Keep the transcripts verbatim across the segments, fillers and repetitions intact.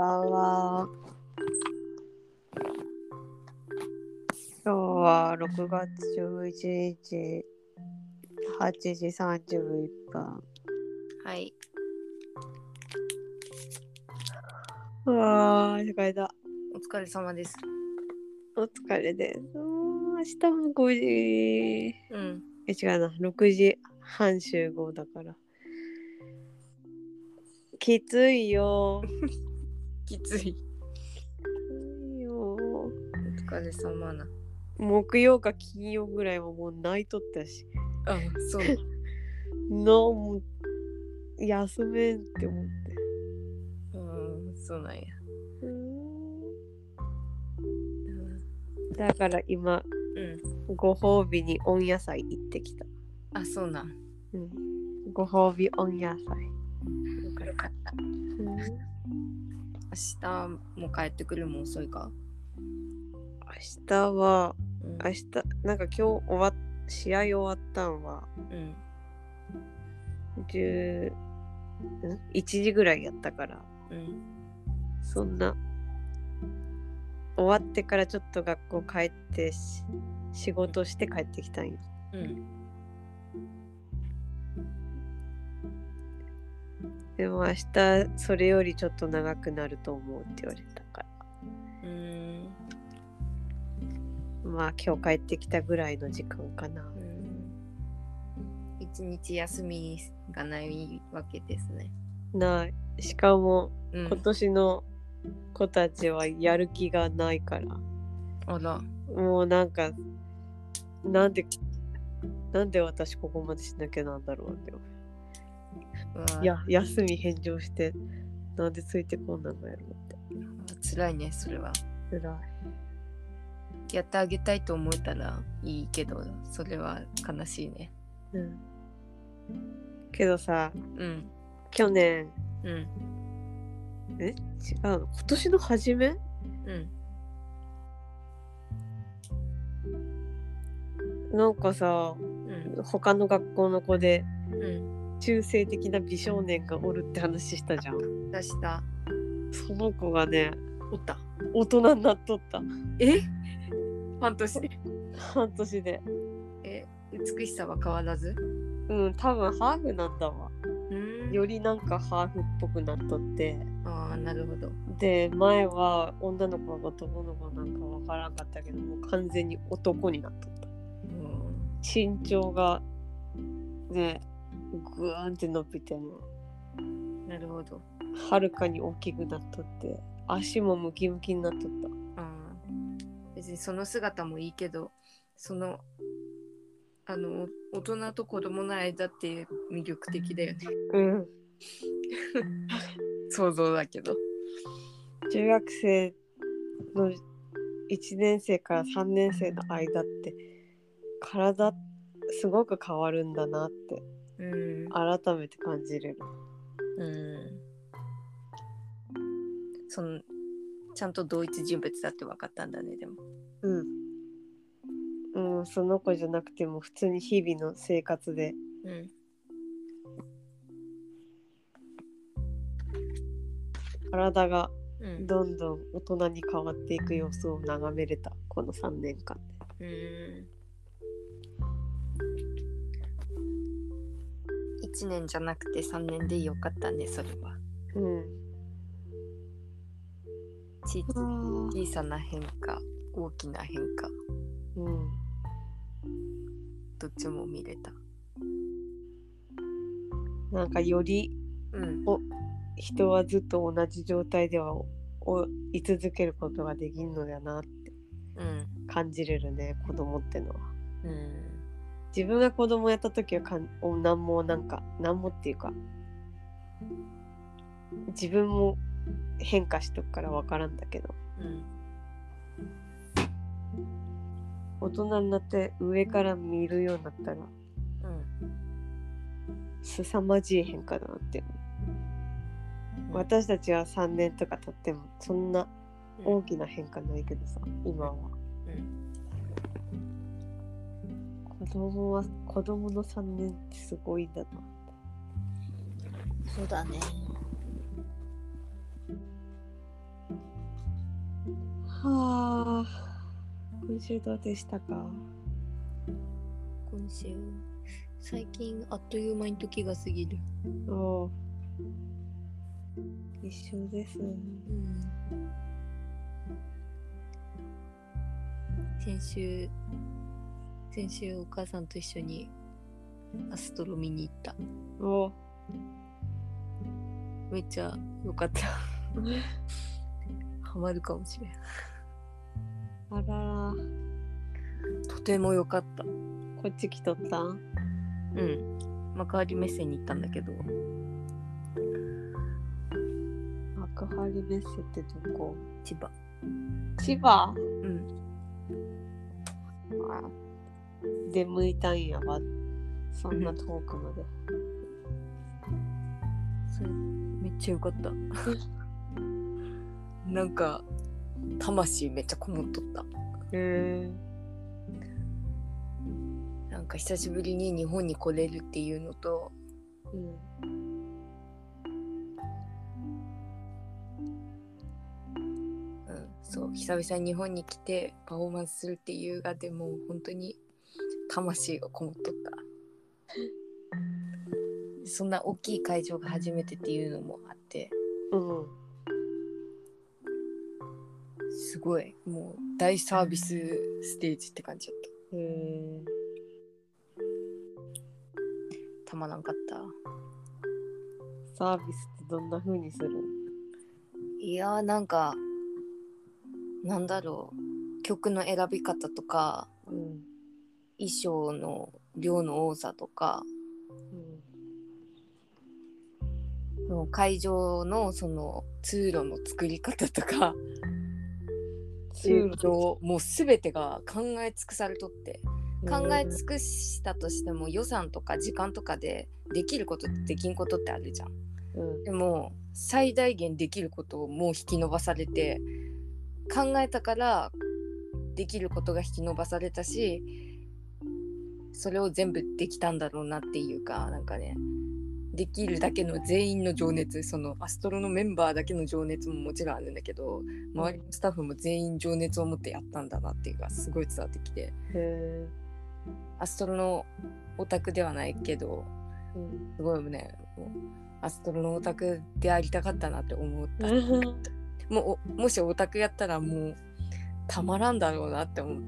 ばんは。今日はろくがつじゅういちにちはちじさんじゅういっぷん。 はい。 うわー、疲れた。 お疲れ様です。 お疲れです。明日もごじ、 うん。 え、違うな、ろくじはん集合だから。きついよ。 きつい。 きついよ。 お疲れ様な。 木曜か金曜ぐらいはもう泣いとったし。 あ、そう。 のもう休めんって思って。 うん、そうなんや。 うーんだから今、 うん。 ご褒美に温野菜行ってきた。 あ、そうなん。 うん、ご褒美温野菜。 よかった。 うん、 明日も帰ってくるも遅いか。 明日は、 うん、 明日、なんか今日終わっ、試合終わったんは、 うん。 じゅう、ん ?いち 時ぐらいやったから、 うん。 そんな、終わってからちょっと学校帰ってし、仕事して帰ってきたんよ。 うん。 でも明日それよりちょっと長くなると思うって言われたから。 うーん。 まあ今日帰ってきたぐらいの時間かな。 うん。一日休みがないわけですね。 ない。しかも、 うん、 今年の子たちはやる気がないから。 あら。 もうなんか、なんで、なんで私ここまでしなきゃなんだろうって。いや、休み返上して、なんでついてこんなんのやろうって。 辛いね、それは。 辛い。 やってあげたいと思えたらいいけど、それは悲しいね。 うん。けどさ、 うん。 去年、 うん。 え違うの今年の初めうん。 なんかさ、 うん、 他の学校の子で、 うん、 中性的な美少年がおるって話したじゃん。 出した。 その子がね、 おった。 大人になっとった。 え半年で。 半年で。 え、美しさは変わらず？ うん、多分ハーフなんだわ。 うん。 よりなんかハーフっぽくなっとって。 ああ、なるほど。 で、前は女の子が男の子なんかわからんかったけど、もう完全に男になっとった。うん、身長がね、ぐーんって伸びても。 なるほど。 はるかに大きくなっとって、足もムキムキになっとった。 ああ、別にその姿もいいけど、そのあの大人と子供の間って魅力的だよね。 うん。 想像だけど。 中学生のいちねん生からさんねん生の間って体すごく変わるんだなって、うん、改めて感じれる。 うん。そのちゃんと同一人物だって分かったんだね、でも。 うん。うん、その子じゃなくても普通に日々の生活で、うん、体がどんどん大人に変わっていく様子を眺めれた、このさんねんかんで。うんいちねんじゃなくてさんねんでよかったね、それは。 うん。 ち小さな変化、大きな変化、 うん、 どっちも見れた。なんかより、うん、お人はずっと同じ状態ではお居続けることができるのだなって感じれるね、うん、子供ってのは。うん、自分が子供やった時はかん何もなんか何もっていうか自分も変化しとくから分からんだけど、うん、大人になって上から見るようになったら、うん、凄まじい変化だなって、うん、私たちはさんねんとか経ってもそんな大きな変化ないけどさ、今は、うん、子供は子供のさんねんってすごいんだな。 そうだね。 はあ、今週どうでしたか？ 今週最近あっという間に時が過ぎる。 おう、一緒です。うん、 先週先週お母さんと一緒にアストロ見に行った。 お、 めっちゃ良かったハマるかもしれん。 あらら、 とても良かった。 こっち来とったん？ うん、幕張メッセに行ったんだけど。 幕張メッセってどこ？ 千葉。 千葉？ うん。 あ、出向いたんやわ、そんな遠くまで。 それめっちゃ良かったなんか魂めっちゃこもっとった。 へえ。 なんか久しぶりに日本に来れるっていうのと、うん、うん、そう久々に日本に来てパフォーマンスするっていうがでも本当に魂がこもっとったそんな大きい会場が初めてっていうのもあって、うん、すごいもう大サービスステージって感じだった。へー、たまらんかった。 サービスってどんな風にする？ いやーなんかなんだろう、曲の選び方とか、うん、衣装の量の多さとか、うん、その会場のその通路の作り方とか通路もう全てが考え尽くされとって、考え尽くしたとしても予算とか時間とかでできることってできんことってあるじゃん、うん、でも最大限できることをもう引き伸ばされて、考えたからできることが引き伸ばされたし、それを全部できたんだろうなっていうか、なんかね、できるだけの全員の情熱、そのアストロのメンバーだけの情熱ももちろんあるんだけど、周りのスタッフも全員情熱を持ってやったんだなっていうかすごい伝わってきて、へー、アストロのオタクではないけど、うん、すごいね、もうアストロのオタクでありたかったなって思ったもうもしオタクやったらもうたまらんだろうなって思って。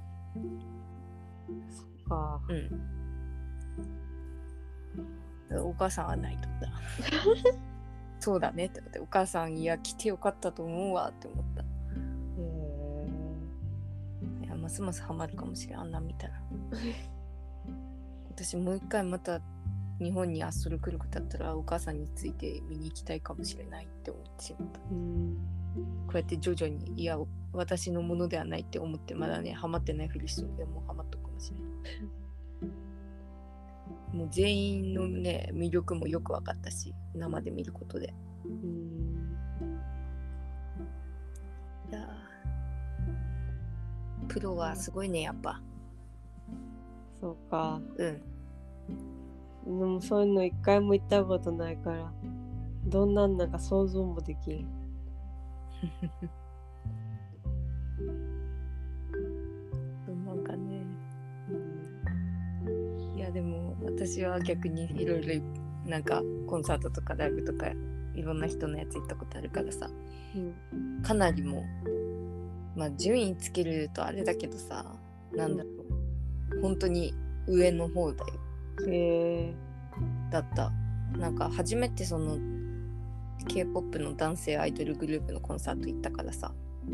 そっか。 うん。お母さんは泣いとったそうだねって思って、お母さんいや来てよかったと思うわって思った。へえ。いやますますハマるかもしれん、あんなん見たら私もう一回また日本にアストロ来ることだったらお母さんについて見に行きたいかもしれないって思ってしまった。うん、こうやって徐々にいや私のものではないって思ってまだねハマってないふりしてるけどもうハマっとくかもしれないもう全員のね魅力もよく分かったし、生で見ることで。うん、いやプロはすごいねやっぱ。 そうか。 うん。 でもそういうの一回も行ったことないからどんなんなんか想像もできんどんなんかね。いやでも私は逆にいろいろなんかコンサートとかライブとかいろんな人のやつ行ったことあるからさ、うん、かなりもうまあ順位つけるとあれだけどさ、なんだろう、本当に上の方だよ。へー、だった。なんか初めてその K-ポップ の男性アイドルグループのコンサート行ったからさ、うん、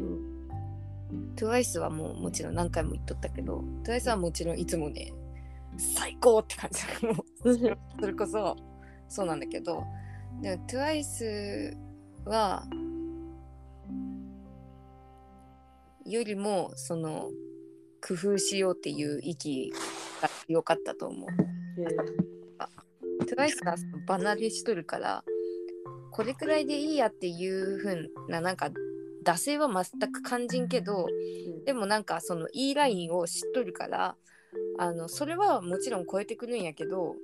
トゥワイス はもうもちろん何回も行っとったけど トゥワイス はもちろんいつもね最高って感じだもうそれこそそうなんだけど、でも トゥワイス はよりもその工夫しようっていう意気が良かったと思う。トゥワイス が離れしとるからこれくらいでいいやっていう風ななんか惰性は全く感じんけど、でもなんかそのいいラインを知っとるからあのそれはもちろん超えてくるんやけど、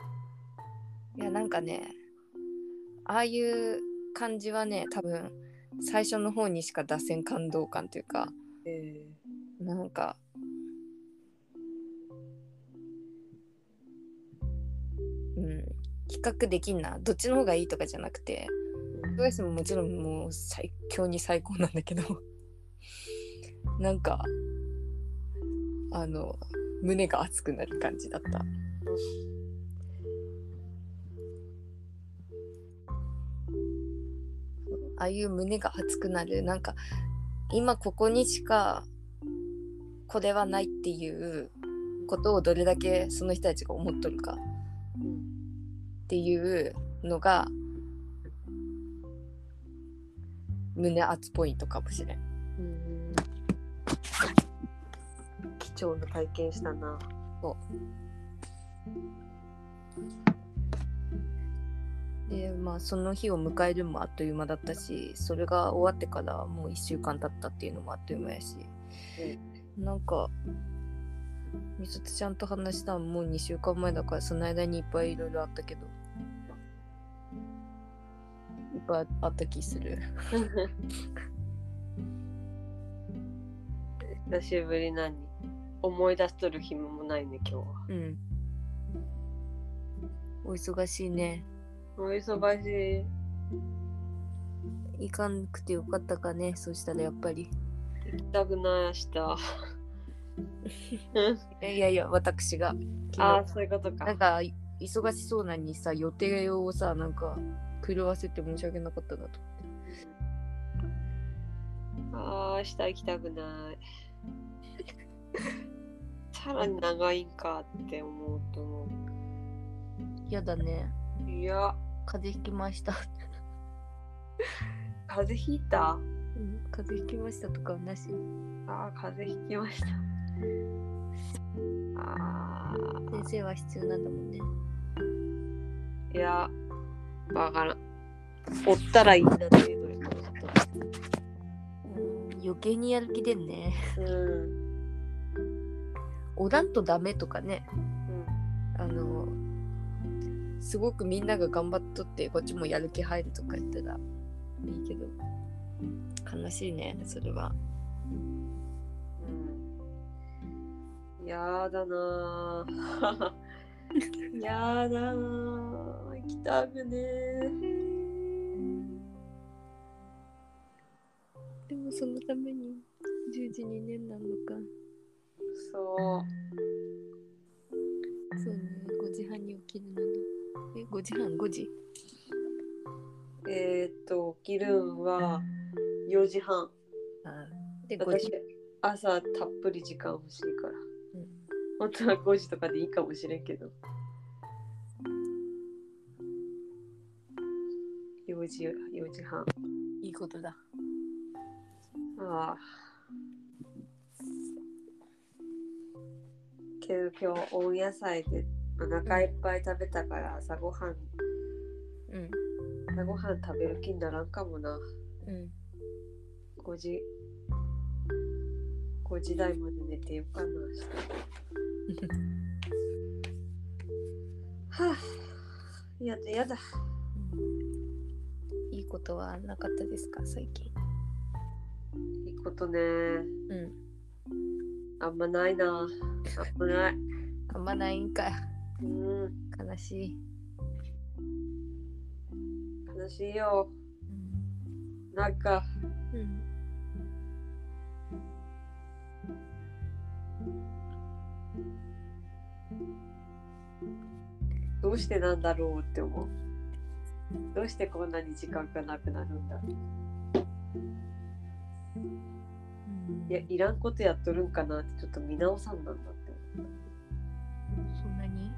うん、いやなんかねああいう感じはね多分最初の方にしか出せん感動感というか、 えー、なんかうん比較できんな。どっちの方がいいとかじゃなくて、トワイスももちろんもう最強に最高なんだけどなんかあの胸が熱くなる感じだった。ああいう胸が熱くなる、なんか今ここにしかこれはないっていうことをどれだけその人たちが思っとるかっていうのが胸熱ポイントかもしれん。 うん、貴重な体験したな。 そうで、まあその日を迎えるもあっという間だったし、それが終わってからもういっしゅうかん経ったっていうのもあっという間やし、うん、なんかみそつちゃんと話したのもうにしゅうかんまえだから、その間にいっぱいいろいろあったけど、いっぱいあった気する久しぶりなに思い出しとる暇もないね今日は。 うん。お忙しいね。 お忙しい。行かなくてよかったかね。そしたらやっぱり行きたくない明日いやいや私がああそういうことか。 なんか忙しそうなにさ、予定をさなんか狂わせて申し訳なかったなと思って。ああ明日行きたくないさらに長いんかって思うと思う。 やだね。 いや風邪ひきました風邪ひいた？ うん、風邪ひきましたとかはなし。 ああ風邪ひきました。ああ先生は必要なんだもんね。 いやわからん。おったらいいなっていうのにかもしれない。 うん余計にやる気でんね。 うんおらんとダメとかね、 うん、 あのすごくみんなが頑張っとってこっちもやる気入るとか言ったらいいけど、悲しいねそれは。 うん、やだなやだな行きたくねでもそのためにじゅうじにねんなのか。 そうそうね、ごじはんに起きるのに。え、ごじはん、ごじ？ えー、っと起きるんはよじはん。 あで、 私朝たっぷり時間欲しいから、うん、本当はごじとかでいいかもしれんけどよじ、よじはん。 いいことだ。 ああけど今日温野菜でお腹いっぱい食べたから朝ごはん、うん、朝ごはん食べる気にならんかもな。うん。ごじ、ごじ台まで寝てよかな。はぁ、やだやだ。 いいことはなかったですか最近？ いいことね。うん。あんまないな。あんまない。 あんまないんか。 うん。 悲しい。 悲しいよ。うん、なんか。うん。どうしてなんだろうって思う。どうしてこんなに時間がなくなるんだろう。いや、いらんことやっとるんかなってちょっと見直さんなんだって思った。 そんなに？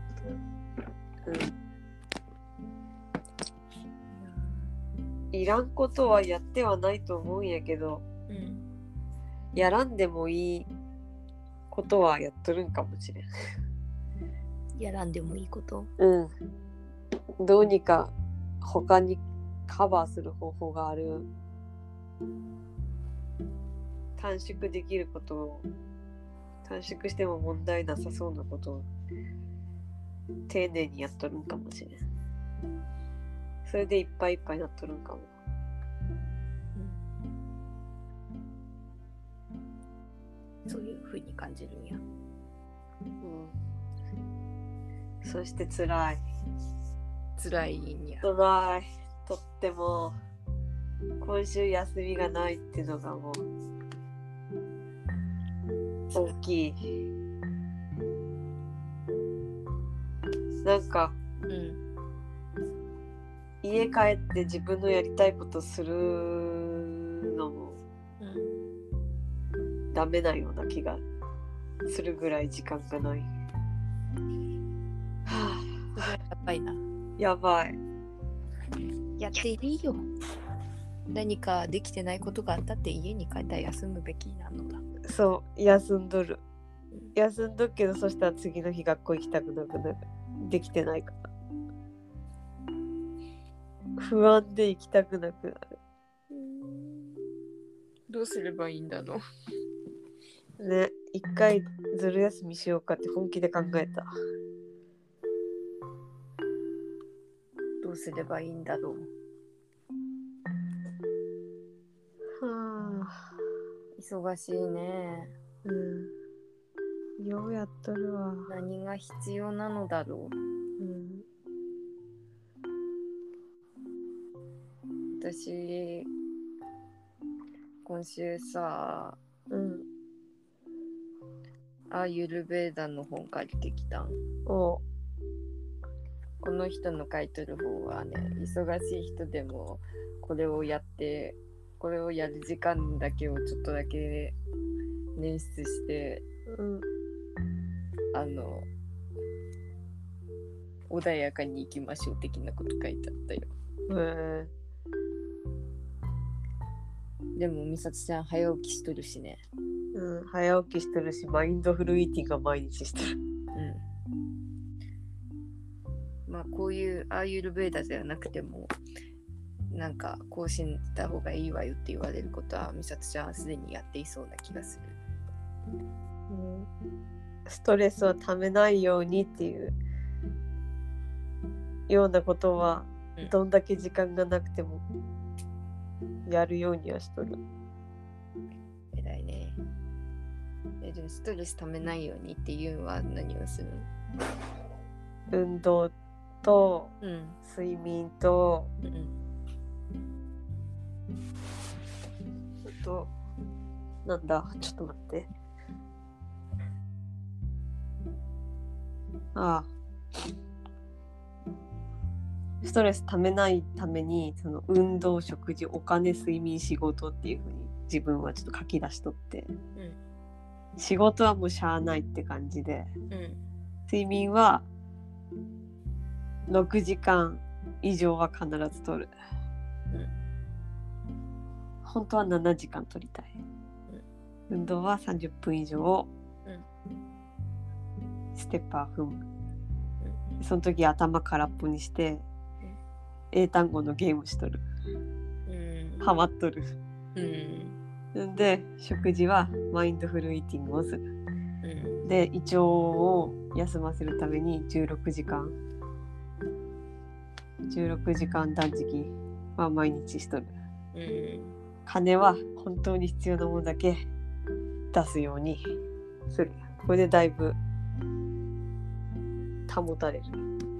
うん。いらんことはやってはないと思うんやけど、うん、やらんでもいいことはやっとるんかもしれん。 やらんでもいいこと？ うん。どうにか他にカバーする方法がある。短縮できることを短縮しても問題なさそうなことを丁寧にやっとるんかもしれん。それでいっぱいいっぱいなっとるんかも。 そういう風に感じるんや。 うん、そして辛い辛いんや。 辛いとっても今週休みがないっていうのがもう大きい。なんか、 うん、 家帰って自分のやりたいことするのもダメなような気がするぐらい時間がない。はあ、 それやばいな。 やばい。 やっていいよ。何かできてないことがあったって家に帰ったら休むべきなのだ。 そう休んどる。休んどるけど、そしたら次の日学校行きたくなくなる。できてないから不安で行きたくなくなる。 どうすればいいんだろうね。一回ずる休みしようかって本気で考えた。 どうすればいいんだろう。はあ、 忙しいね。 うん。ようやっとるわ。 何が必要なのだろう。 うん、 私今週さ、 うん、 アーユルベーダの本借りてきたん。 おこの人の書いてる本はね、忙しい人でもこれをやってこれをやる時間だけをちょっとだけ捻出して、 うん、 あの穏やかに行きましょう的なこと書いてあったよ。 へえ。 でも美里ちゃん早起きしとるしね。 うん、早起きしてるし、マインドフルイーティングが毎日してる。 うん。まあこういうアーユルベーダではなくても、なんかこうした方がいいわよって言われることは美里ちゃんはすでにやっていそうな気がする。 うん、ストレスをためないようにっていうようなことは、うん、どんだけ時間がなくてもやるようにはしとる。 偉いね。え、でもストレスためないようにっていうのは何をするの？運動と、 うん、 睡眠と、うん、あとなんだ、ちょっと待って。ああ、ストレスためないために、その運動、食事、お金、睡眠、仕事っていう風に自分はちょっと書き出しとって、うん、仕事はもうしゃあないって感じで、うん、睡眠はろくじかん以上は必ず取る、うん、本当はななじかん取りたい、うん、運動はさんじゅっぷん以上、うん、ステッパー踏む、うん、その時頭空っぽにして英単語のゲームしとる、うん、ハマっとる、うん、で食事はマインドフルイーティングをする、うん、で胃腸を休ませるためにじゅうろくじかんじゅうろくじかん断食は毎日しとる、うん、金は本当に必要なものだけ出すようにする。これでだいぶ保たれる。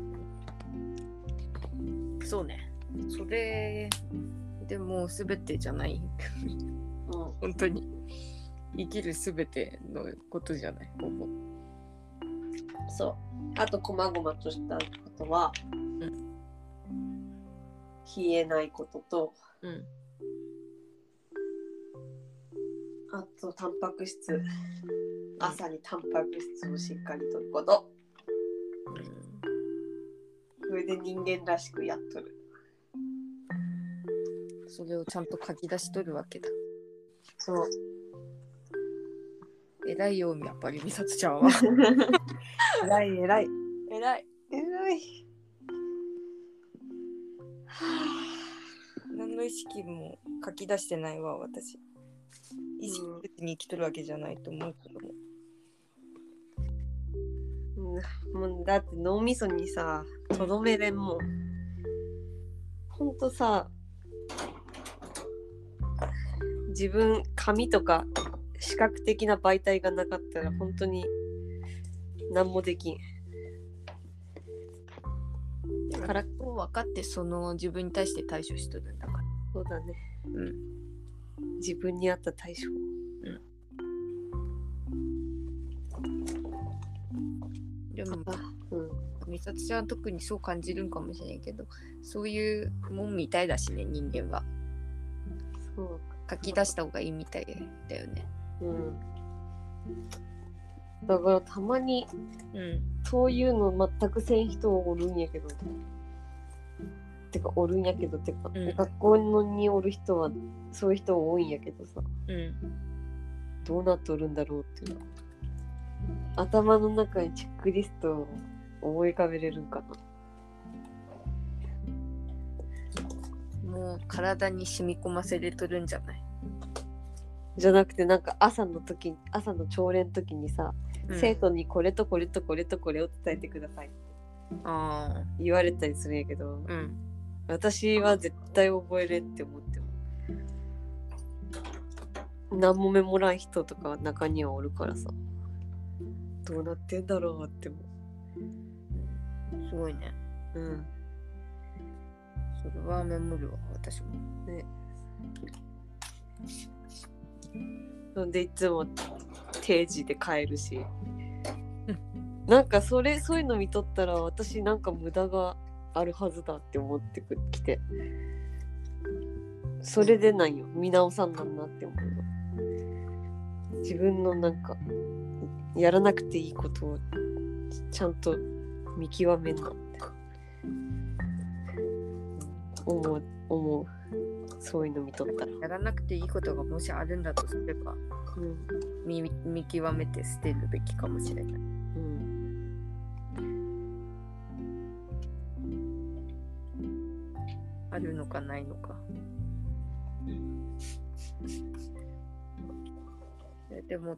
そうね。それでもうすべてじゃない、うん、本当に生きるすべてのことじゃない、ほぼ。 そう。あと細々としたことは、うん、冷えないことと、うん、あとタンパク質、うん、朝にタンパク質をしっかりとること、うん、それで人間らしくやっとる。 それをちゃんと書き出しとるわけだ。 そう。 偉いよ、やっぱり美里ちゃんは。 偉い偉い偉い偉い。 何の意識も書き出してないわ、私。意識的に生きとるわけじゃないと思うけども。 うん、もうだって脳みそにさ、とどめれんもん。ほんとさ、自分紙とか視覚的な媒体がなかったら本当に何もできん。 から分かってその自分に対して対処しとるんだから。 そうだね。 うん。 自分に合った対処。 うん。でも、うん。美里ちゃんは特にそう感じるんかもしれんけど、そういうもんみたいだしね、人間は。 そう書き出した方がいいみたいだよね。 うん。だからたまに、 うん、 そういうの全くせん人おるんやけど。てかおるんやけどてか、うん、学校におる人はそういう人多いんやけどさ、 うん、 どうなっとるんだろうっていうの頭の中にチェックリストを思い浮かべれるんかな。もう体に染み込ませれとるんじゃない？ じゃなくてなんか朝の時朝の朝礼の時にさ、うん、生徒にこれとこれとこれとこれを伝えてくださいってあ言われたりするんやけど、 うん、 私は絶対覚えれって思っても何もメモらん人とか中にはおるからさ、どうなってんだろうって思う。すごいね。 うん。 それはメモるわ私もね。なんでいつも定時で帰るし、なんかそれそういうの見とったら私なんか無駄があるはずだって思ってきて、それでなんよ見直さんなんなって思うの。自分のなんかやらなくていいことをちゃんと見極めんなって思う思うそういうの見とったら、 やらなくていいことがもしあるんだとすれば、うん、見, 見極めて捨てるべきかもしれない。うん、あるのかないのか。でも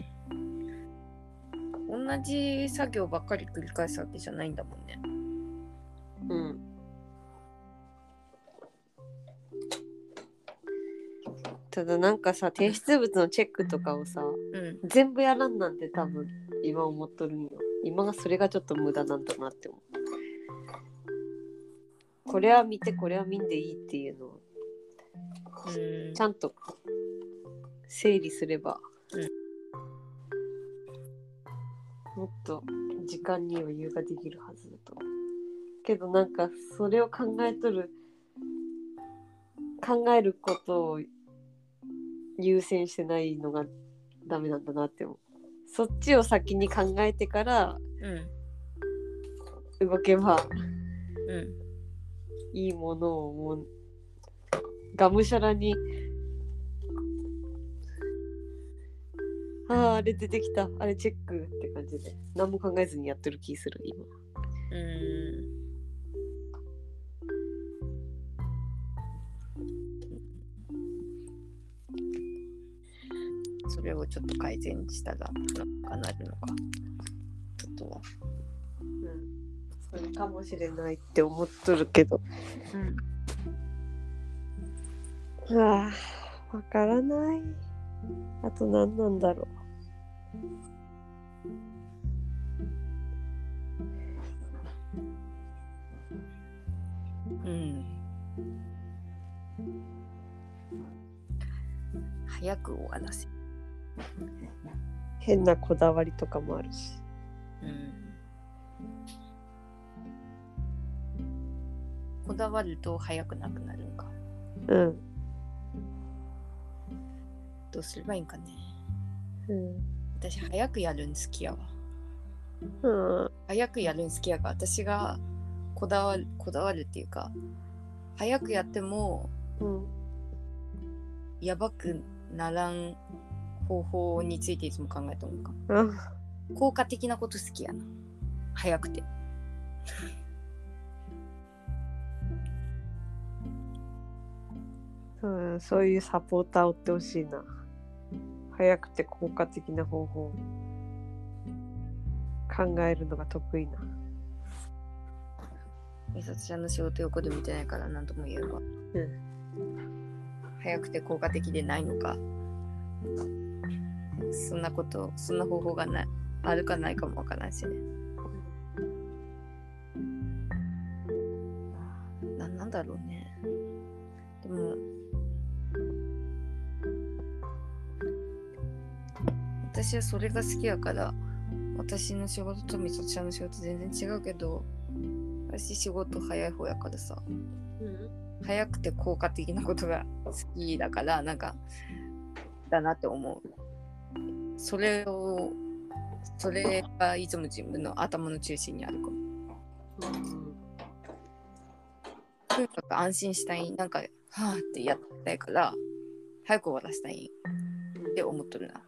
同じ作業ばっかり繰り返すわけじゃないんだもんね。 うん。ただなんかさ、提出物のチェックとかをさ、うん、全部やらんなんて多分今思っとるんよ。今がそれがちょっと無駄なんだなって思う。これは見てこれは見んでいいっていうのを、うん、ちゃんと整理すれば、うん、もっと時間に余裕ができるはずだと。けどなんかそれを考えとる考えることを優先してないのがダメなんだなって思う。そっちを先に考えてから、うん、動けば、うん、いいものをもうがむしゃらにあああれ出てきたあれチェックって感じで何も考えずにやってる気する今。うーんそれをちょっと改善したらなんかなるのかちょっとは、 うん、それかもしれないって思っとるけど、うん、ああわからない。あと何なんだろう。うん早く終わらせ。 変なこだわりとかもあるし、うん、 こだわると早くなくなるのか。 うん。 どうすればいいんかね。 うん。 私早くやるん好きやわ。 うん。 早くやるん好きやが私がこだわるこだわるっていうか早くやっても、うん、やばくならん方法についていつも考えてもか、うん、効果的なこと好きやな。早くてうん、そういうサポーターを追ってほしいな。早くて効果的な方法を考えるのが得意な。 美里ちゃんの仕事横で見てないから何とも言えるわ、うん、早くて効果的でないのかそんなことそんな方法がないあるかないかもわからんしね。な、なんだろうね。でも私はそれが好きやから、私の仕事とみそちゃんの仕事全然違うけど、私仕事早い方やからさ、うん、早くて効果的なことが好きだから、なんかだなって思う。それをそれがいつも自分の頭の中心にあるかも。うん、とにかく安心したい、なんかはぁってやりたいから早く終わらせたいって思っとるな。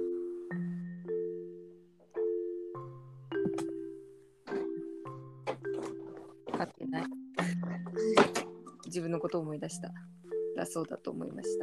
勝ってない。自分のことを思い出した。だそうだと思いました。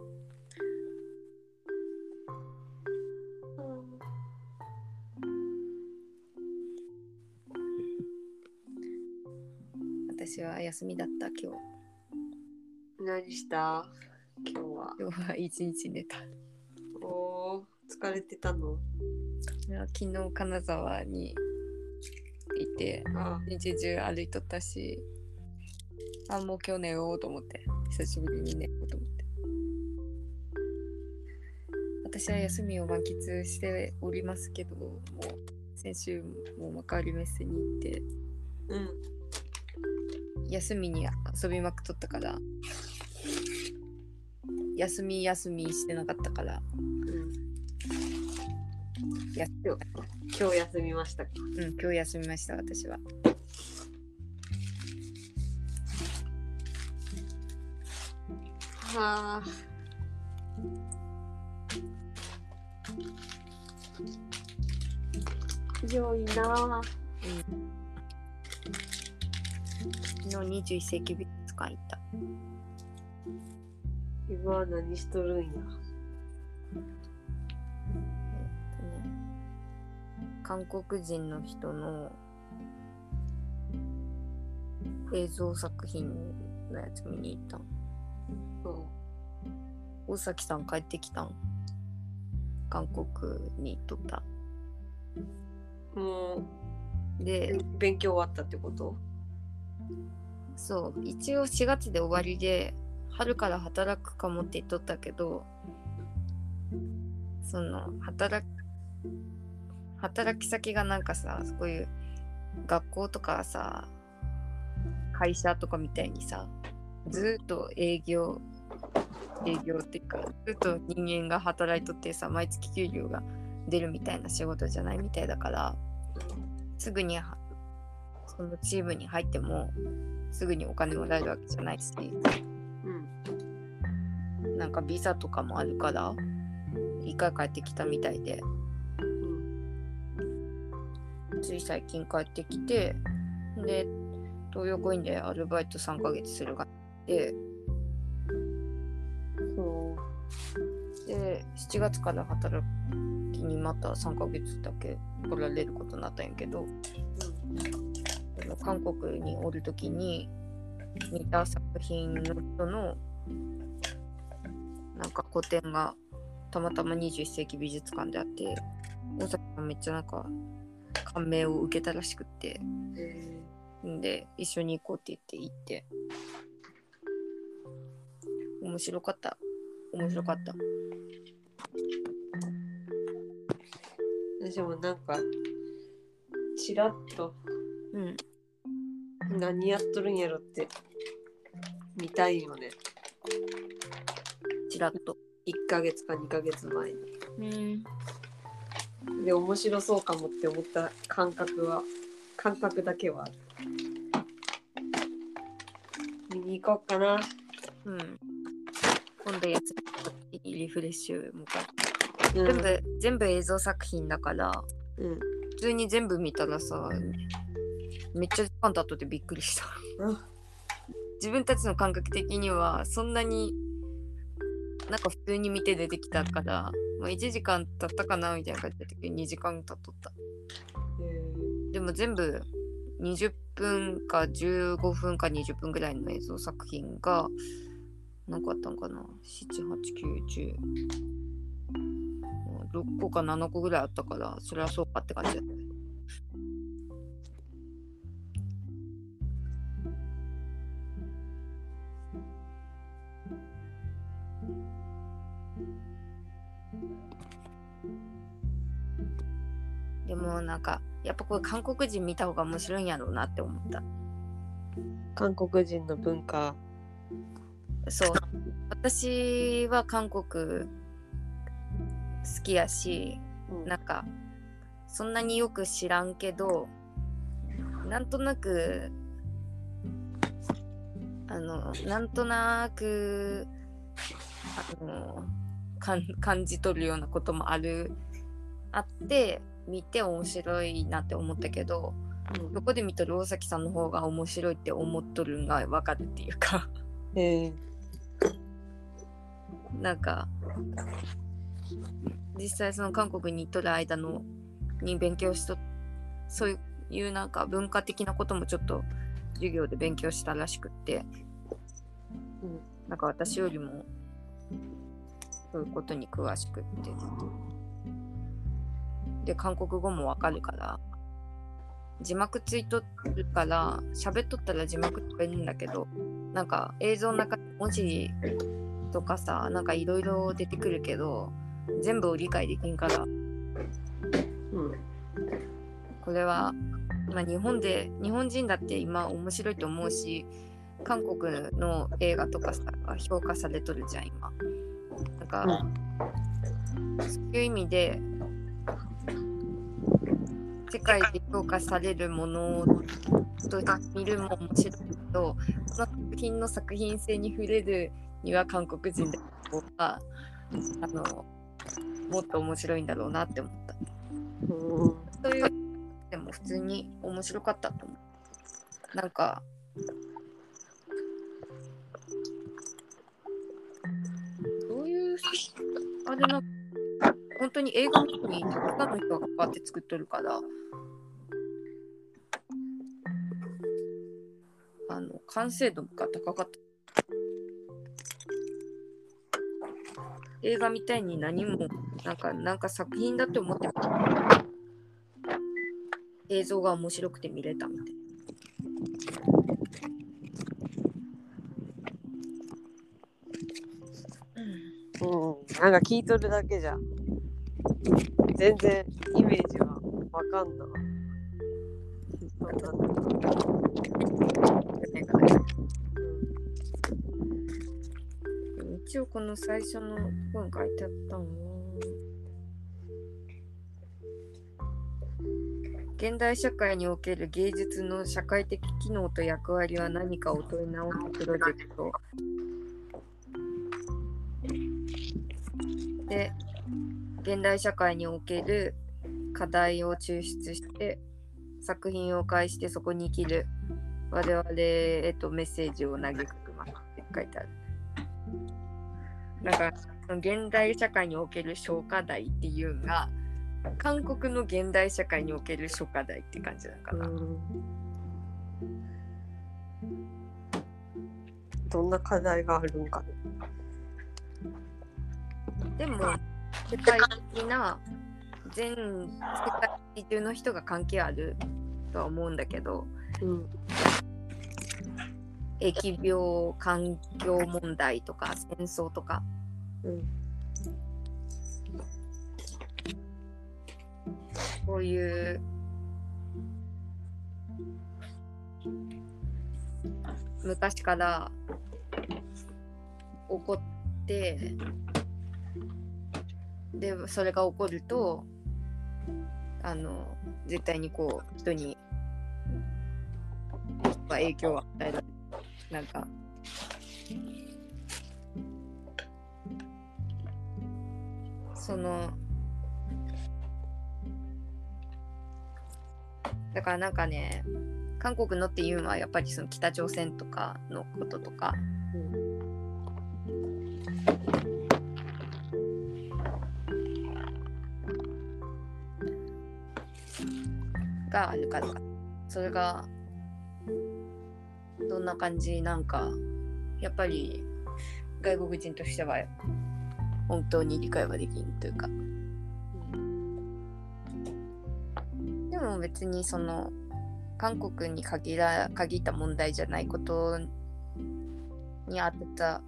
私は休みだった今日。 何した今日は？ 今日は一日寝た。 おー、疲れてたの？ いや昨日金沢にいて、一日中歩いとったし、あ、もう今日寝ようと思って、久しぶりに寝ようと思って。私は休みを満喫しておりますけど、もう先週も幕張メッセに行って、うん、休みに遊びまくっとったから、休み休みしてなかったから、うん、や今日、今日休みましたか？ うん、今日休みました私は。 はあ。良いなぁ。うん。 昨日にじゅういっ世紀美術館行った。 今は何しとるんや。えっとね、韓国人の人の映像作品のやつ見に行ったん。大崎さん帰ってきたん。韓国に行っとった。 もうで勉強終わったってこと？ そう、一応しがつで終わりで春から働くかもって言っとったけど、その働く働き先がなんかさ、そういう学校とかさ、会社とかみたいにさ、ずっと営業営業っていうか、ずっと人間が働いとってさ、毎月給料が出るみたいな仕事じゃないみたいだから、すぐにそのチームに入ってもすぐにお金もらえるわけじゃないし、うん、なんかビザとかもあるから一回帰ってきたみたいで、うん、つい最近帰ってきて、で東洋コインでアルバイトさんかげつするがで、そうでしちがつから働きにまたさんかげつだけ来られることになったんやけど、うん、韓国におるときに見た作品の人のなんか個展がたまたまにじゅういっ世紀美術館であって、大崎さんめっちゃなんか感銘を受けたらしくって、んで一緒に行こうって言って行って、面白かった面白かった。 私もなんかチラッと、うん、何やっとるんやろって見たいよね。 チラッといっかげつかにかげつまえに、うん、で面白そうかもって思った感覚は感覚だけはある。見に行こうかな。 うん。今度やつリフレッシュもか、うん、全部全部映像作品だから、うん、普通に全部見たらさ、めっちゃ時間経っとってびっくりした。うん、自分たちの感覚的にはそんなになんか普通に見て出てきたから、まあ、いちじかん経ったかなみたいな感じだったけどにじかん経っとった。でも全部にじゅっぷんかじゅうごふんかにじゅっぷんぐらいの映像作品が何かあったんかな、なな、はち、きゅう、じゅう、ろこかななこぐらいあったから、それはそうかって感じだった。でもなんかやっぱこれ韓国人見た方が面白いんやろうなって思った。 韓国人の文化。 そう、私は韓国好きやし、うん、なんかそんなによく知らんけど、なんとなくあのなんとなくあのかん感じ取るようなこともあるあって見て面白いなって思ったけど、うん、どこで見とる大崎さんの方が面白いって思っとるんが分かるっていうかえー、 なんか実際その韓国に行っとる間のに勉強しと、そういうなんか文化的なこともちょっと授業で勉強したらしくって、うん、なんか私よりもそういうことに詳しくって、で韓国語もわかるから字幕ついとるから喋っとったら字幕とかいるんだけど、なんか映像の中に文字とかさ、なんかいろいろ出てくるけど全部を理解できんから、うん、これは、まあ、日本で日本人だって今面白いと思うし、韓国の映画とかさ評価されとるじゃん今。なんか、うん、そういう意味で世界で評価されるものと見るも面白いけど、その作品の作品性に触れるには韓国人で方があのもっと面白いんだろうなって思った。うん、そういうでも普通に面白かったと思う。なんかどういうあれな、本当に映画見にたくさんの人が関わって作っとるから、あの完成度が高かった。映画みたいに何もなんかなんか作品だと思って映像が面白くて見れたみたいな。 うん、なんか聞いとるだけじゃ全然イメージはわかんない。 一応この最初の本書いてあったの。現代社会における芸術の社会的機能と役割は何かを問い直すプロジェクトで、現代社会における課題を抽出して作品を介してそこに生きる我々へとメッセージを投げかけますって書いてある。なんか現代社会における小課題っていうのが韓国の現代社会における諸課題って感じなのかな。 どんな課題があるんかね。 でも世界的な全世界中の人が関係あるとは思うんだけど、うん、疫病、環境問題とか戦争とか、うん、こういう昔から起こってでそれが起こるとあの絶対にこう人に影響を与えられる。なんかそのだからなんかね、韓国のっていうのはやっぱりその北朝鮮とかのこととか、うん、があるから、それがどんな感じなんかやっぱり外国人としては本当に理解はできんというか、 も別にその韓国に限ら限った問題じゃないことに当てた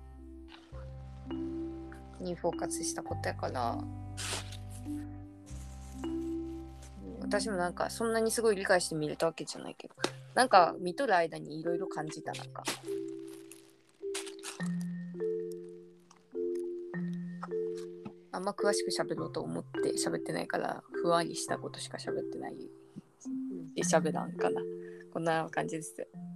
にフォーカスしたことやから、私もなんかそんなにすごい理解して見れたわけじゃないけど、なんか見とる間にいろいろ感じた。なんかあんま詳しく喋ろうと思って喋ってないから、ふわりしたことしか喋ってないで喋らんかな。こんな感じです。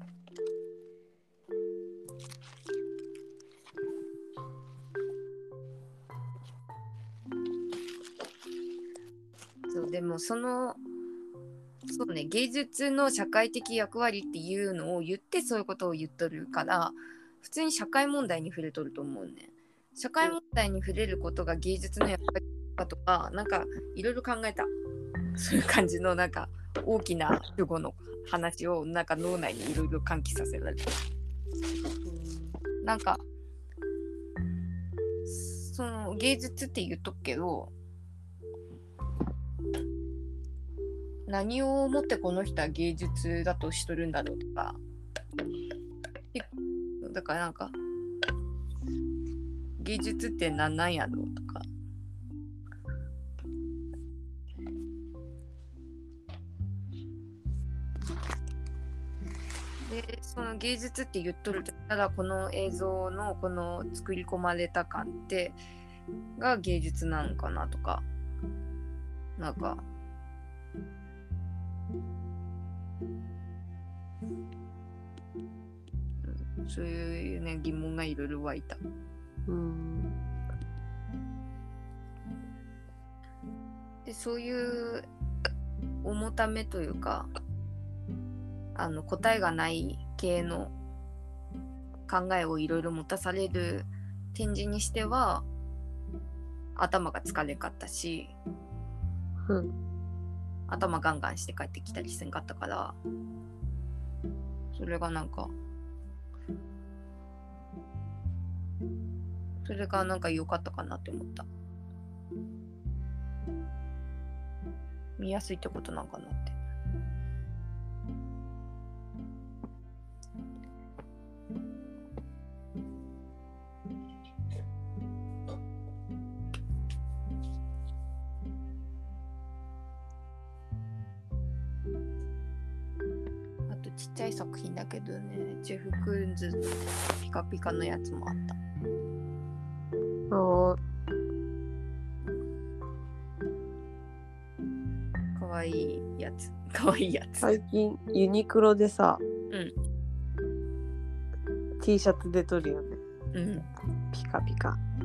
そう、でもそのそうね、芸術の社会的役割っていうのを言ってそういうことを言っとるから、普通に社会問題に触れとると思うね。社会問題に触れることが芸術の役割かとか、なんかいろいろ考えた。そういう感じのなんか大きな主語の話をなんか脳内にいろいろ喚起させられる。なんかその芸術って言っとくけど、何をもってこの人は芸術だとしとるんだろうとか、だからなんか芸術って何なんやろうとか、でその芸術って言っとるとしたら、この映像のこの作り込まれた感ってが芸術なのかなとか、なんかそういうね疑問がいろいろ湧いた。 うん。 でそういう重ためというか、あの答えがない系の考えをいろいろ持たされる展示にしては頭が疲れんかったし、 うん、 頭ガンガンして帰ってきたりせんかったから、それがなんかそれがなんか良かったかなって思った。見やすいってことなんかなって。あとちっちゃい作品だけどね、ジェフ・クーンズピカピカのやつもあった。 ああ、かわいいやつ、かわいいやつ。 最近ユニクロでさ、 うん、 T シャツ出とるよね。 うん、 ピカピカ。 うん。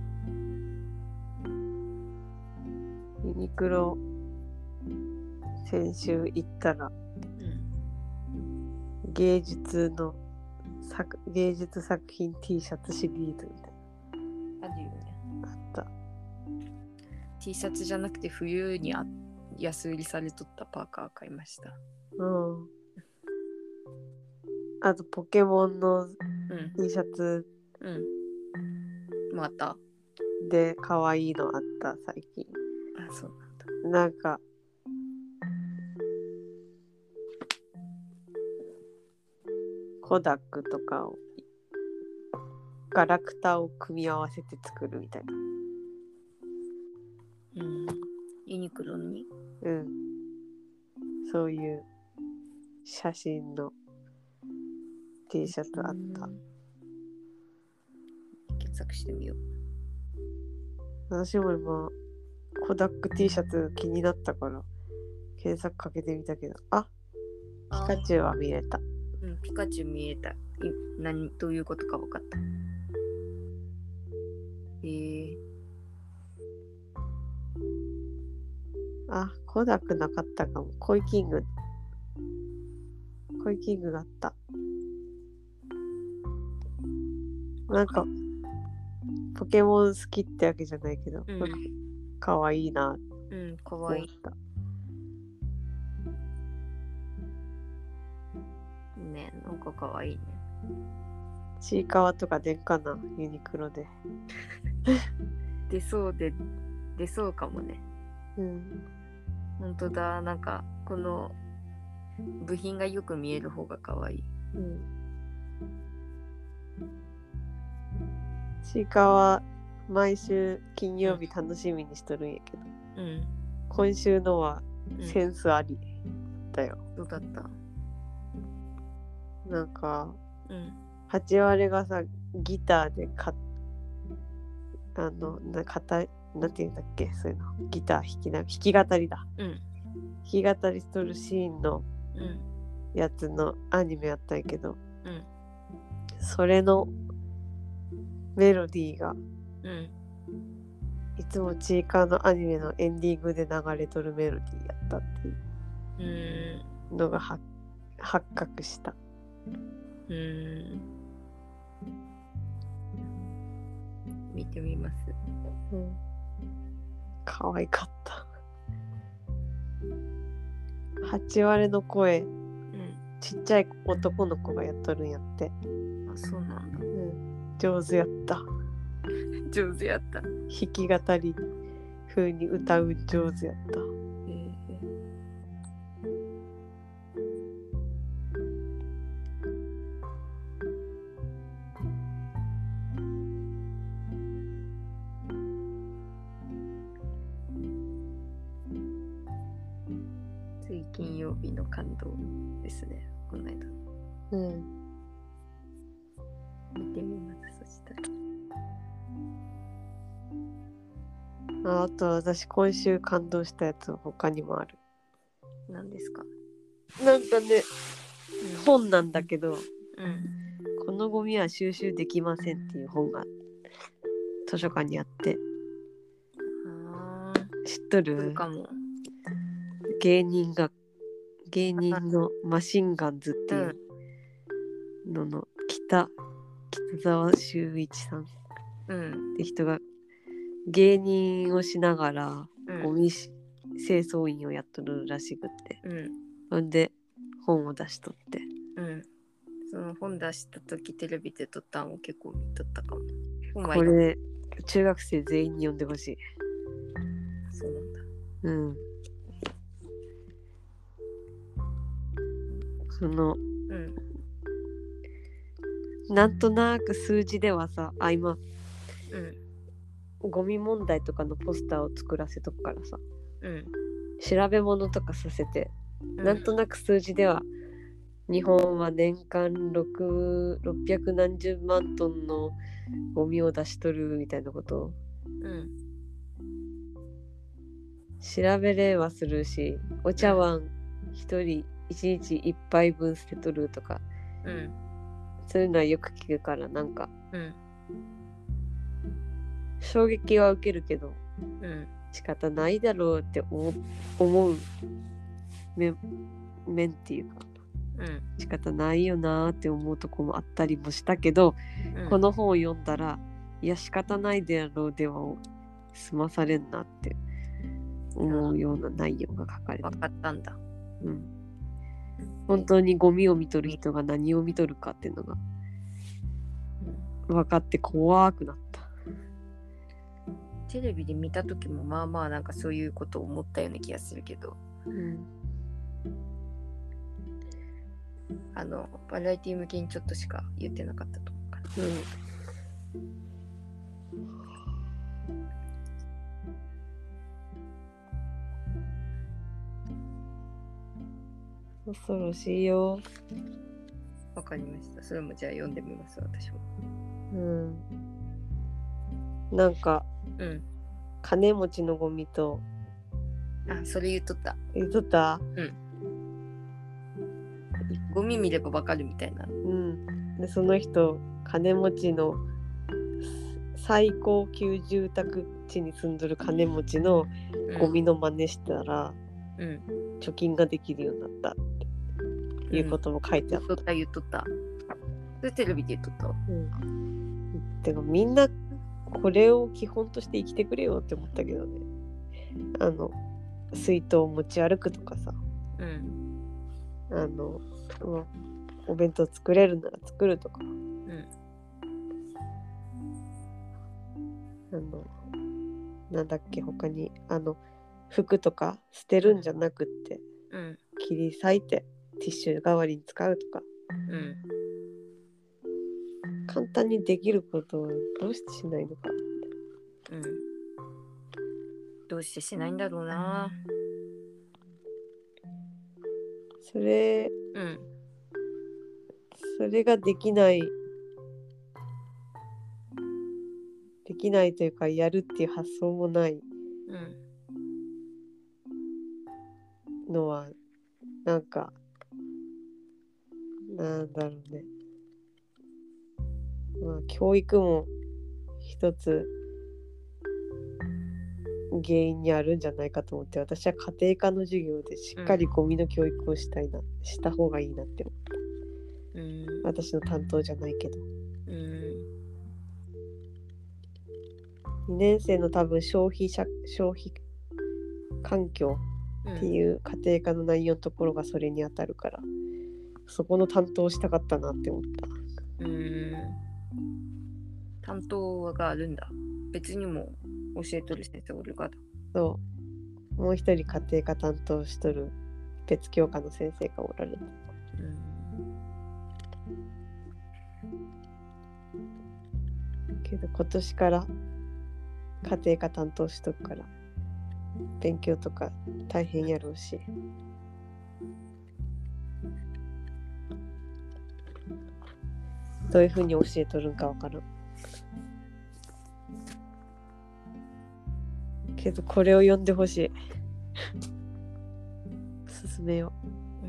ユニクロ先週行ったら、 うん、 芸術の作芸術作品 T シャツシリーズみたいあるよね。 なあった。 T シャツじゃなくて冬にあ安売りされとったパーカー買いました。 うん。あとポケモンの T シャツ、 うん、うん、またで可愛いのあった最近。 あ、そうなんだ。なんかコダックとかをガラクタを組み合わせて作るみたいな。 うん、ユニクロに、 うん、そういう写真の T シャツあった。 検索してみよう。 私も今コダック T シャツ気になったから検索かけてみたけど、あ、ピカチュウは見れた。 うん、ピカチュウ見えた。い何どういうことか分かった。えー、 あ、コダックなかったかも。コイキングコイキングがあった。なんかポケモン好きってわけじゃないけど、うん、かわいいな。 うん、かわいいね。なんかかわいいね。 ちいかわとか出んかな、ユニクロで。 出そうで出そうかもね。 うん。 本当だ、なんかこの部品がよく見える方が可愛い。 うん。ちいかは毎週金曜日楽しみにしとるんやけど、 うん、 今週のはセンスありだよ。 どうだった？ なんか、 うん、 はち割がさギターでかあのなかたなんていうんだっけ、そういうのギター弾きな弾き語りだ、 うん、 弾き語りしとるシーンのうんやつのアニメやったんやけど、 うん、 それのメロディーが、 うん、 いつもちいかのアニメのエンディングで流れとるメロディーやったっていうのがは発覚した。 うーん、見てみます。 うん、可愛かった。はち割の声、うん、ちっちゃい男の子がやっとるんやって。 あ、そうなんだ。 うん、上手やった。 上手やった。 弾き語り風に歌う上手やった。 金曜日の感動ですね、この間。 うん。 見てみます、そしたら。あ、あと私今週感動したやつは他にもある。 何ですか？ なんかね、うん、本なんだけど、 うん、 このゴミは収集できませんっていう本が図書館にあって。 あ、 知っとる？ かも。 芸人が芸人のマシンガンズっていうのの北北沢修一さんって人が芸人をしながらゴミ清掃員をやっとるらしくって、うん、そんで本を出しとって、 うん、その本出した時テレビで撮ったのを結構見とったかも。 これ中学生全員に読んでほしい。 そうなんだ。 うん。その、うん、なんとなく数字ではさ、あ、今、うん、ゴミ問題とかのポスターを作らせとくからさ、うん、調べ物とかさせて、うん、なんとなく数字では日本は年間ろくひゃくなんじゅうまんトンのゴミを出しとるみたいなことを、うん、調べれはするし、お茶碗一人いちにちいっぱいぶん捨てとるとか、うん、そういうのはよく聞くからなんか、うん、衝撃は受けるけど、うん、仕方ないだろうって思思う面面っていうか、うん、仕方ないよなって思うとこもあったりもしたけど、うん、この本を読んだらいや仕方ないであろうでは済まされんなって思うような内容が書かれて、 分かったんだ。 うん。本当にゴミを見とる人が何を見とるかっていうのが分かって怖くなった。 テレビで見た時もまあまあなんかそういうことを思ったような気がするけど、うん、あのバラエティ向けにちょっとしか言ってなかったと思うから、 うん、恐ろしいよ。 わかりました。それもじゃあ読んでみます、私も。 うん。なんか、うん、金持ちのゴミと、 あ、それ言っとった。 言っとった？ うん。ゴミ見ればわかるみたいな。 うん。で、その人、金持ちの最高級住宅地に住んどる金持ちのゴミの真似したら、うん、貯金ができるようになったっていうことも書いてあった。 言っとった、言っとった。それテレビで言っとった。うん。 てかみんなこれを基本として生きてくれよって思ったけどね。あの水筒を持ち歩くとかさ、うん、あのお弁当作れるなら作るとか、うん、あのなんだっけ他にあの服とか捨てるんじゃなくって、 うん、 切り裂いてティッシュ代わりに使うとか、 うん、 簡単にできることをどうしてしないのか。 うん。どうしてしないんだろうな。 それ、 うん、 それができないできないというか、やるっていう発想もないのは、なんかなんだろうね。まあ教育も一つ原因にあるんじゃないかと思って、私は家庭科の授業でしっかりゴミの教育をしたいな、うん、した方がいいなって思った、うん、私の担当じゃないけど、うん、にねん生の多分消費者消費環境っていう家庭科の内容のところがそれに当たるから、うん、そこの担当したかったなって思った。 うーん、担当があるんだ。別にも教えとる先生おるかと。 そう、もう一人家庭科担当しとる別教科の先生がおられる。うん、けど今年から家庭科担当しとくから勉強とか大変やろうし、どういう風に教えとるんかわからんけど、これを読んでほしい。進めよう。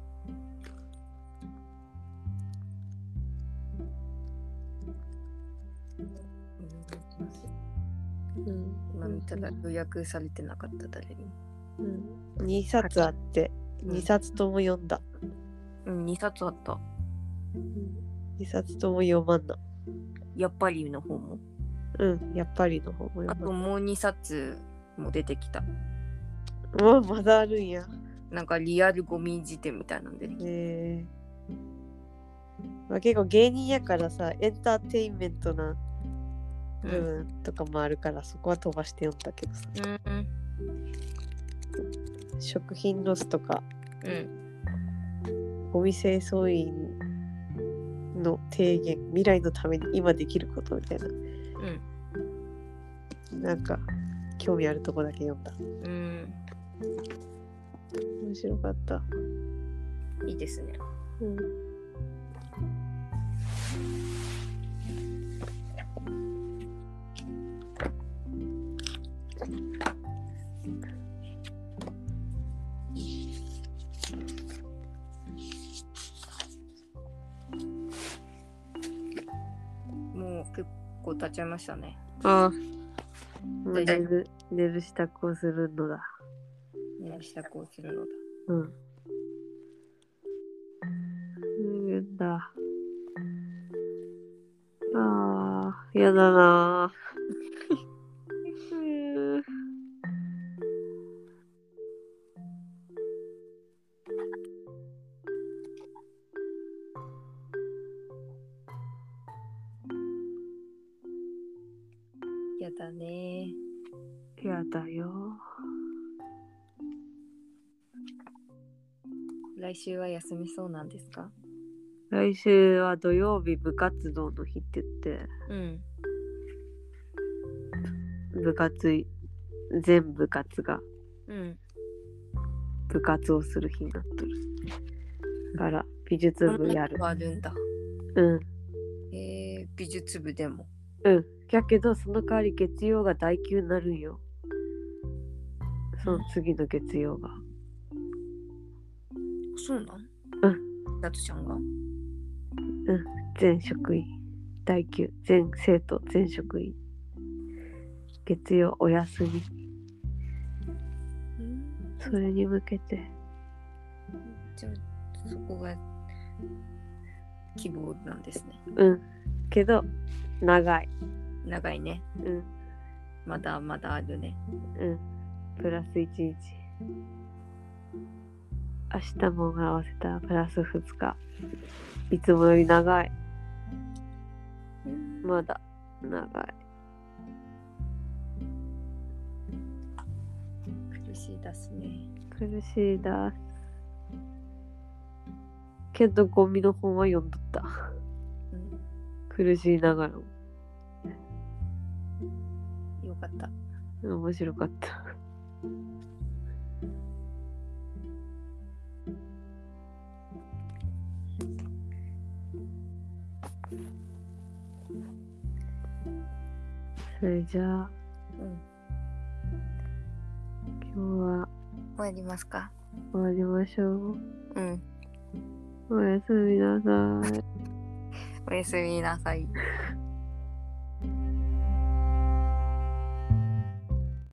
うん。うん、今見たら予約されてなかった誰にも。 うん。にさつあって、うん、にさつとも読んだ。 うん、にさつあった。 うん、にさつとも読まんな。 やっぱりの方も。 うん、やっぱりの方も読まん。 あともうにさつも出てきた。 もうまだあるんや。 なんかリアルゴミ辞典みたいなんでね。 へえ。まあ、結構芸人やからさ、エンターテインメントな部分とかもあるから、うん、そこは飛ばして読んだけどさ、うん、食品ロスとか、うん、ゴミ清掃員の提言、未来のために今できることみたいな、うん、なんか興味あるとこだけ読んだ。うん、面白かった。 いいですね。うん、もう結構経っちゃいましたね。 ああ、もう寝る、寝る支度をするのだ。 寝る支度をするのだ。 うん。寝るんだ。ああ、やだなやだね。 やだよ。 来週は休みそうなんですか？ 来週は土曜日部活動の日って言って、うん、部活全部活が部活をする日になっとる、うん、から美術部やる。 あるんだ。 うん。 えー、美術部でも。 うん。やけどその代わり月曜が代休になるんよ。その次の月曜が。 そうなん？ うん。 なとちゃんが？うん。 全職員代休、全生徒全職員月曜お休み。うん、それに向けて。 じゃあそこが希望なんですね。 うん。けど長い。 長いね。うん。まだまだあるね。 うん。プラスいちにち。明日も合わせたらプラスふつか。いつもより長い。うん、まだ長い。 苦しいですね。 苦しいだ。けどゴミの本は読んどった。うん、苦しいながらも。 よかった。 面白かった。それじゃあ、うん、今日は終わりますか。 終わりましょう。 うん。 おやすみなさい。 おやすみなさい。